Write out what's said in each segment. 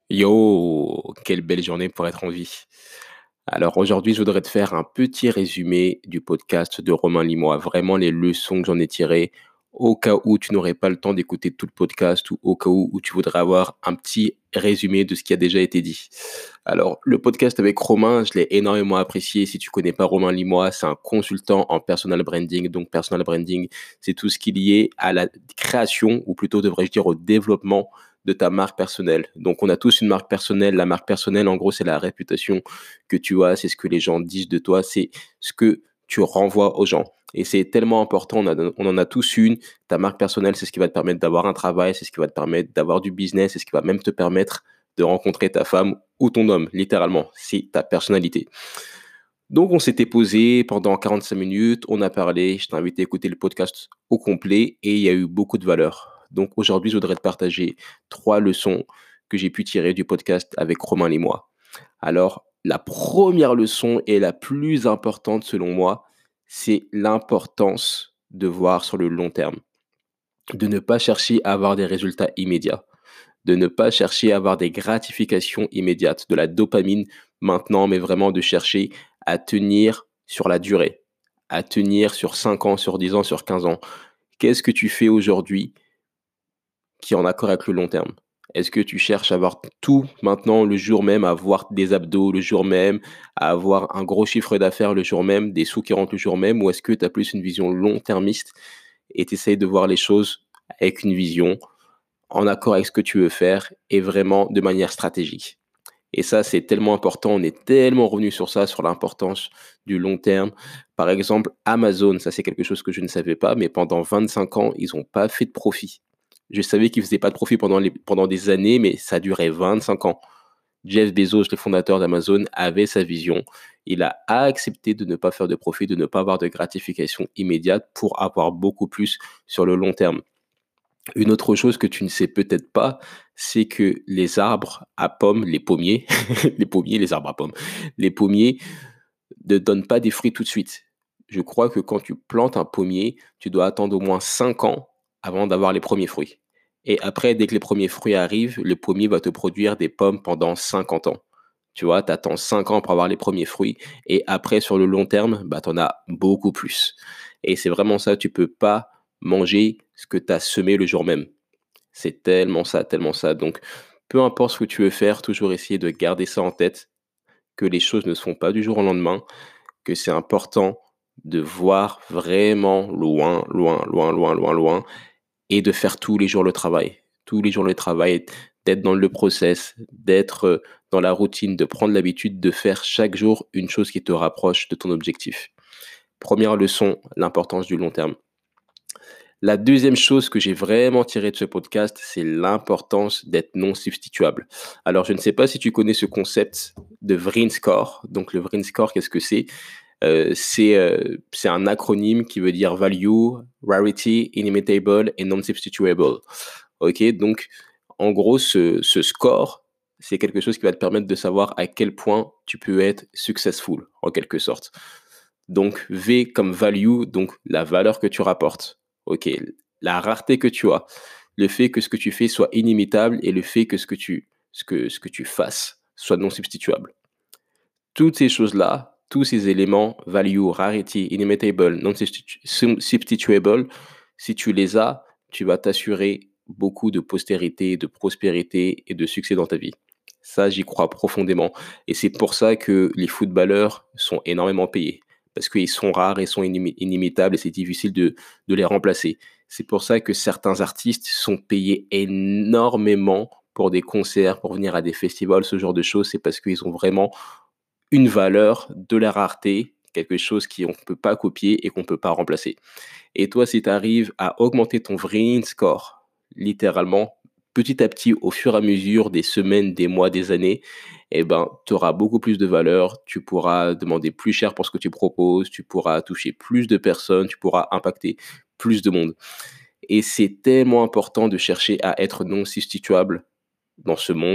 Yo, quelle belle journée pour être en vie. Alors aujourd'hui, je voudrais te faire un petit résumé du podcast de Romain Limois, vraiment les leçons que j'en ai tirées au cas où tu n'aurais pas le temps d'écouter tout le podcast ou au cas où tu voudrais avoir un petit résumé de ce qui a déjà été dit. Alors, le podcast avec Romain, je l'ai énormément apprécié. Si tu connais pas Romain Limois, c'est un consultant en personal branding. Donc, personal branding, c'est tout ce qui est lié à la création, ou plutôt devrais-je dire au développement de ta marque personnelle. Donc, on a tous une marque personnelle. La marque personnelle, en gros, c'est la réputation que tu as, c'est ce que les gens disent de toi, c'est ce que tu renvoies aux gens. Et c'est tellement important, on en a tous une. Ta marque personnelle, c'est ce qui va te permettre d'avoir un travail, c'est ce qui va te permettre d'avoir du business, c'est ce qui va même te permettre de rencontrer ta femme ou ton homme, littéralement. C'est ta personnalité. Donc, on s'était posé pendant 45 minutes, on a parlé, je t'ai invité à écouter le podcast au complet et il y a eu beaucoup de valeur. Donc, aujourd'hui, je voudrais te partager 3 leçons que j'ai pu tirer du podcast avec Romain et moi. Alors, la première leçon et la plus importante selon moi, c'est l'importance de voir sur le long terme, de ne pas chercher à avoir des résultats immédiats, de ne pas chercher à avoir des gratifications immédiates, de la dopamine maintenant, mais vraiment de chercher à tenir sur la durée, à tenir sur 5 ans, sur 10 ans, sur 15 ans. Qu'est-ce que tu fais aujourd'hui qui est en accord avec le long terme? Est-ce que tu cherches à avoir tout maintenant le jour même, à avoir des abdos le jour même, à avoir un gros chiffre d'affaires le jour même, des sous qui rentrent le jour même, ou est-ce que tu as plus une vision long-termiste et tu essayes de voir les choses avec une vision en accord avec ce que tu veux faire et vraiment de manière stratégique? Et ça, c'est tellement important. On est tellement revenu sur ça, sur l'importance du long terme. Par exemple, Amazon, ça c'est quelque chose que je ne savais pas, mais pendant 25 ans, ils n'ont pas fait de profit. Je savais qu'ils ne faisaient pas de profit pendant des années, mais ça durait 25 ans. Jeff Bezos, le fondateur d'Amazon, avait sa vision. Il a accepté de ne pas faire de profit, de ne pas avoir de gratification immédiate pour avoir beaucoup plus sur le long terme. Une autre chose que tu ne sais peut-être pas, c'est que les arbres à pommes, les pommiers, les pommiers, les arbres à pommes, les pommiers ne donnent pas des fruits tout de suite. Je crois que quand tu plantes un pommier, tu dois attendre au moins 5 ans avant d'avoir les premiers fruits. Et après, dès que les premiers fruits arrivent, le pommier va te produire des pommes pendant 50 ans. Tu vois, tu attends 5 ans pour avoir les premiers fruits. Et après, sur le long terme, bah, tu en as beaucoup plus. Et c'est vraiment ça, tu peux pas manger ce que tu as semé le jour même. C'est tellement ça, tellement ça. Donc, peu importe ce que tu veux faire, toujours essayer de garder ça en tête, que les choses ne se font pas du jour au lendemain, que c'est important de voir vraiment loin, loin, loin, loin, loin, loin, et de faire tous les jours le travail. Tous les jours le travail, d'être dans le process, d'être dans la routine, de prendre l'habitude de faire chaque jour une chose qui te rapproche de ton objectif. Première leçon, l'importance du long terme. La deuxième chose que j'ai vraiment tirée de ce podcast, c'est l'importance d'être non substituable. Alors, je ne sais pas si tu connais ce concept de VRIN Score. Donc, le VRIN Score, qu'est-ce que c'est? C'est un acronyme qui veut dire Value, Rarity, Inimitable et Non-Substituable. Ok, donc en gros, ce score, c'est quelque chose qui va te permettre de savoir à quel point tu peux être successful, en quelque sorte. Donc V comme value, donc la valeur que tu rapportes. Ok, la rareté que tu as, le fait que ce que tu fais soit inimitable et le fait que ce que tu fasses soit non substituable. Toutes ces choses-là, tous ces éléments, value, rarity, inimitable, non-substituable, si tu les as, tu vas t'assurer beaucoup de postérité, de prospérité et de succès dans ta vie. Ça, j'y crois profondément. Et c'est pour ça que les footballeurs sont énormément payés. Parce qu'ils sont rares et sont inimitables et c'est difficile de les remplacer. C'est pour ça que certains artistes sont payés énormément pour des concerts, pour venir à des festivals, ce genre de choses. C'est parce qu'ils ont vraiment une valeur, de la rareté, quelque chose qu'on ne peut pas copier et qu'on ne peut pas remplacer. Et toi, si tu arrives à augmenter ton vrai score, littéralement, petit à petit, au fur et à mesure des semaines, des mois, des années, eh ben, tu auras beaucoup plus de valeur, tu pourras demander plus cher pour ce que tu proposes, tu pourras toucher plus de personnes, tu pourras impacter plus de monde. Et c'est tellement important de chercher à être non substituable dans ce monde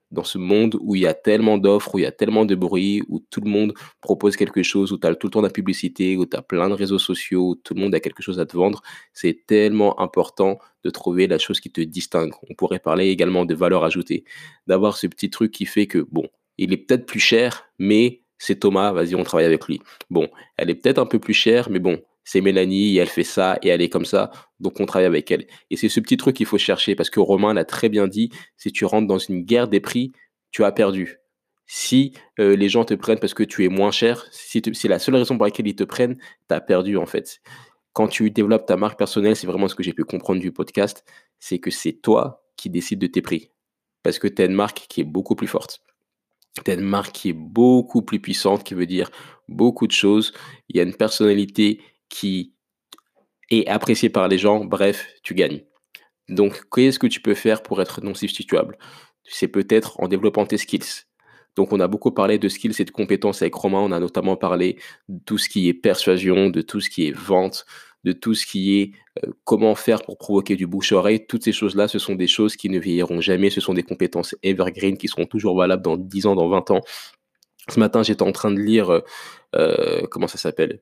dans ce monde où il y a tellement d'offres, où il y a tellement de bruit, où tout le monde propose quelque chose, où tu as tout le temps de la publicité, où tu as plein de réseaux sociaux, où tout le monde a quelque chose à te vendre, c'est tellement important de trouver la chose qui te distingue. On pourrait parler également de valeur ajoutée, d'avoir ce petit truc qui fait que, bon, il est peut-être plus cher, mais c'est Thomas, vas-y, on travaille avec lui. Bon, elle est peut-être un peu plus chère, mais bon, c'est Mélanie, et elle fait ça, et elle est comme ça, donc on travaille avec elle. Et c'est ce petit truc qu'il faut chercher, parce que Romain l'a très bien dit, si tu rentres dans une guerre des prix, tu as perdu. Si les gens te prennent parce que tu es moins cher, si c'est la seule raison pour laquelle ils te prennent, tu as perdu en fait. Quand tu développes ta marque personnelle, c'est vraiment ce que j'ai pu comprendre du podcast, c'est que c'est toi qui décides de tes prix. Parce que tu as une marque qui est beaucoup plus forte. Tu as une marque qui est beaucoup plus puissante, qui veut dire beaucoup de choses. Il y a une personnalité qui est appréciée par les gens. Bref, tu gagnes. Donc, qu'est-ce que tu peux faire pour être non substituable? C'est peut-être en développant tes skills. Donc, on a beaucoup parlé de skills et de compétences avec Romain. On a notamment parlé de tout ce qui est persuasion, de tout ce qui est vente, de tout ce qui est comment faire pour provoquer du bouche-oreille. Toutes ces choses-là, ce sont des choses qui ne vieilliront jamais. Ce sont des compétences evergreen qui seront toujours valables dans 10 ans, dans 20 ans. Ce matin, j'étais en train de lire, comment ça s'appelle?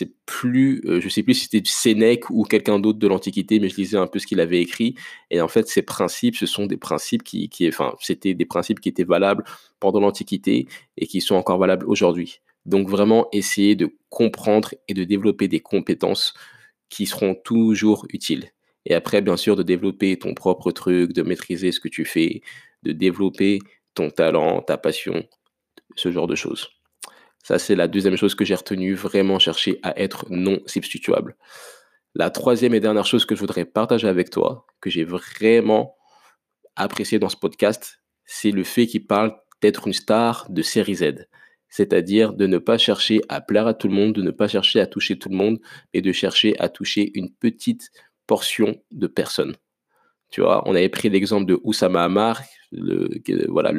Je sais plus si c'était Sénèque ou quelqu'un d'autre de l'Antiquité, mais je lisais un peu ce qu'il avait écrit. Et en fait, ces principes, ce sont des principes enfin, c'était des principes qui étaient valables pendant l'Antiquité et qui sont encore valables aujourd'hui. Donc vraiment essayer de comprendre et de développer des compétences qui seront toujours utiles. Et après, bien sûr, de développer ton propre truc, de maîtriser ce que tu fais, de développer ton talent, ta passion, ce genre de choses. Ça, c'est la deuxième chose que j'ai retenue, vraiment chercher à être non substituable. La troisième et dernière chose que je voudrais partager avec toi, que j'ai vraiment apprécié dans ce podcast, c'est le fait qu'il parle d'être une star de série Z. C'est-à-dire de ne pas chercher à plaire à tout le monde, de ne pas chercher à toucher tout le monde, mais de chercher à toucher une petite portion de personnes. Tu vois, on avait pris l'exemple de Oussama Ammar, voilà,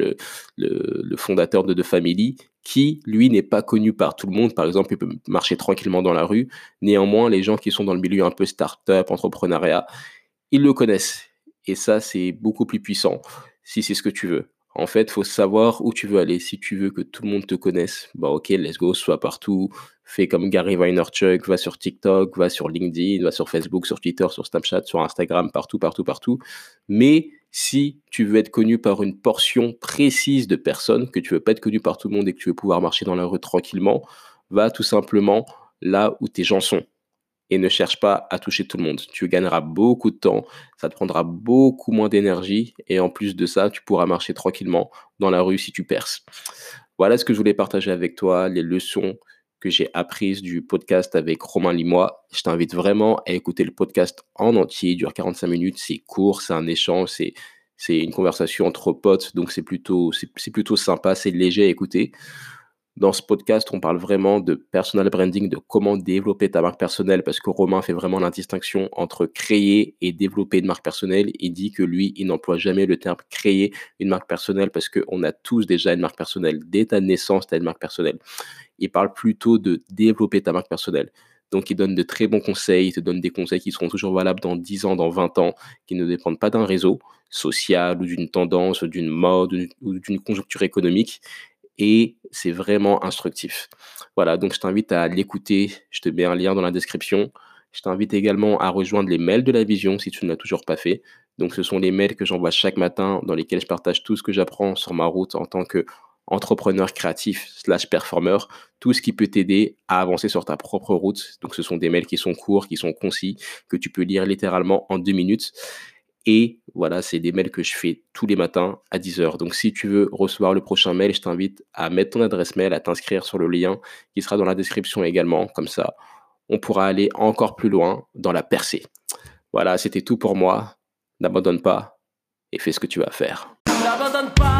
le fondateur de The Family, qui, lui, n'est pas connu par tout le monde. Par exemple, il peut marcher tranquillement dans la rue. Néanmoins, les gens qui sont dans le milieu un peu start-up, entrepreneuriat, ils le connaissent. Et ça, c'est beaucoup plus puissant si c'est ce que tu veux. En fait, il faut savoir où tu veux aller. Si tu veux que tout le monde te connaisse, bah ok, let's go, sois partout. Fais comme Gary Vaynerchuk, va sur TikTok, va sur LinkedIn, va sur Facebook, sur Twitter, sur Snapchat, sur Instagram, partout, partout, partout. Mais si tu veux être connu par une portion précise de personnes, que tu veux pas être connu par tout le monde et que tu veux pouvoir marcher dans la rue tranquillement, va tout simplement là où tes gens sont et ne cherche pas à toucher tout le monde. Tu gagneras beaucoup de temps, ça te prendra beaucoup moins d'énergie et en plus de ça, tu pourras marcher tranquillement dans la rue si tu perces. Voilà ce que je voulais partager avec toi, les leçons que j'ai apprises du podcast avec Romain Limois. Je t'invite vraiment à écouter le podcast en entier, il dure 45 minutes, c'est court, c'est un échange, c'est une conversation entre potes, donc c'est plutôt sympa, c'est léger à écouter. Dans ce podcast, on parle vraiment de personal branding, de comment développer ta marque personnelle, parce que Romain fait vraiment la distinction entre créer et développer une marque personnelle. Il dit que lui, il n'emploie jamais le terme créer une marque personnelle parce qu'on a tous déjà une marque personnelle. Dès ta naissance, tu as une marque personnelle. Il parle plutôt de développer ta marque personnelle. Donc, il donne de très bons conseils, il te donne des conseils qui seront toujours valables dans 10 ans, dans 20 ans, qui ne dépendent pas d'un réseau social ou d'une tendance, ou d'une mode ou d'une conjoncture économique et c'est vraiment instructif. Voilà, donc je t'invite à l'écouter, je te mets un lien dans la description. Je t'invite également à rejoindre les mails de la vision si tu ne l'as toujours pas fait. Donc ce sont les mails que j'envoie chaque matin dans lesquels je partage tout ce que j'apprends sur ma route en tant que entrepreneur créatif slash performeur, tout ce qui peut t'aider à avancer sur ta propre route. Donc ce sont des mails qui sont courts, qui sont concis, que tu peux lire littéralement en 2 minutes. Et voilà, c'est des mails que je fais tous les matins à 10 heures. Donc, si tu veux recevoir le prochain mail, je t'invite à mettre ton adresse mail, à t'inscrire sur le lien qui sera dans la description également. Comme ça, on pourra aller encore plus loin dans la percée. Voilà, c'était tout pour moi. N'abandonne pas et fais ce que tu vas faire. N'abandonne pas.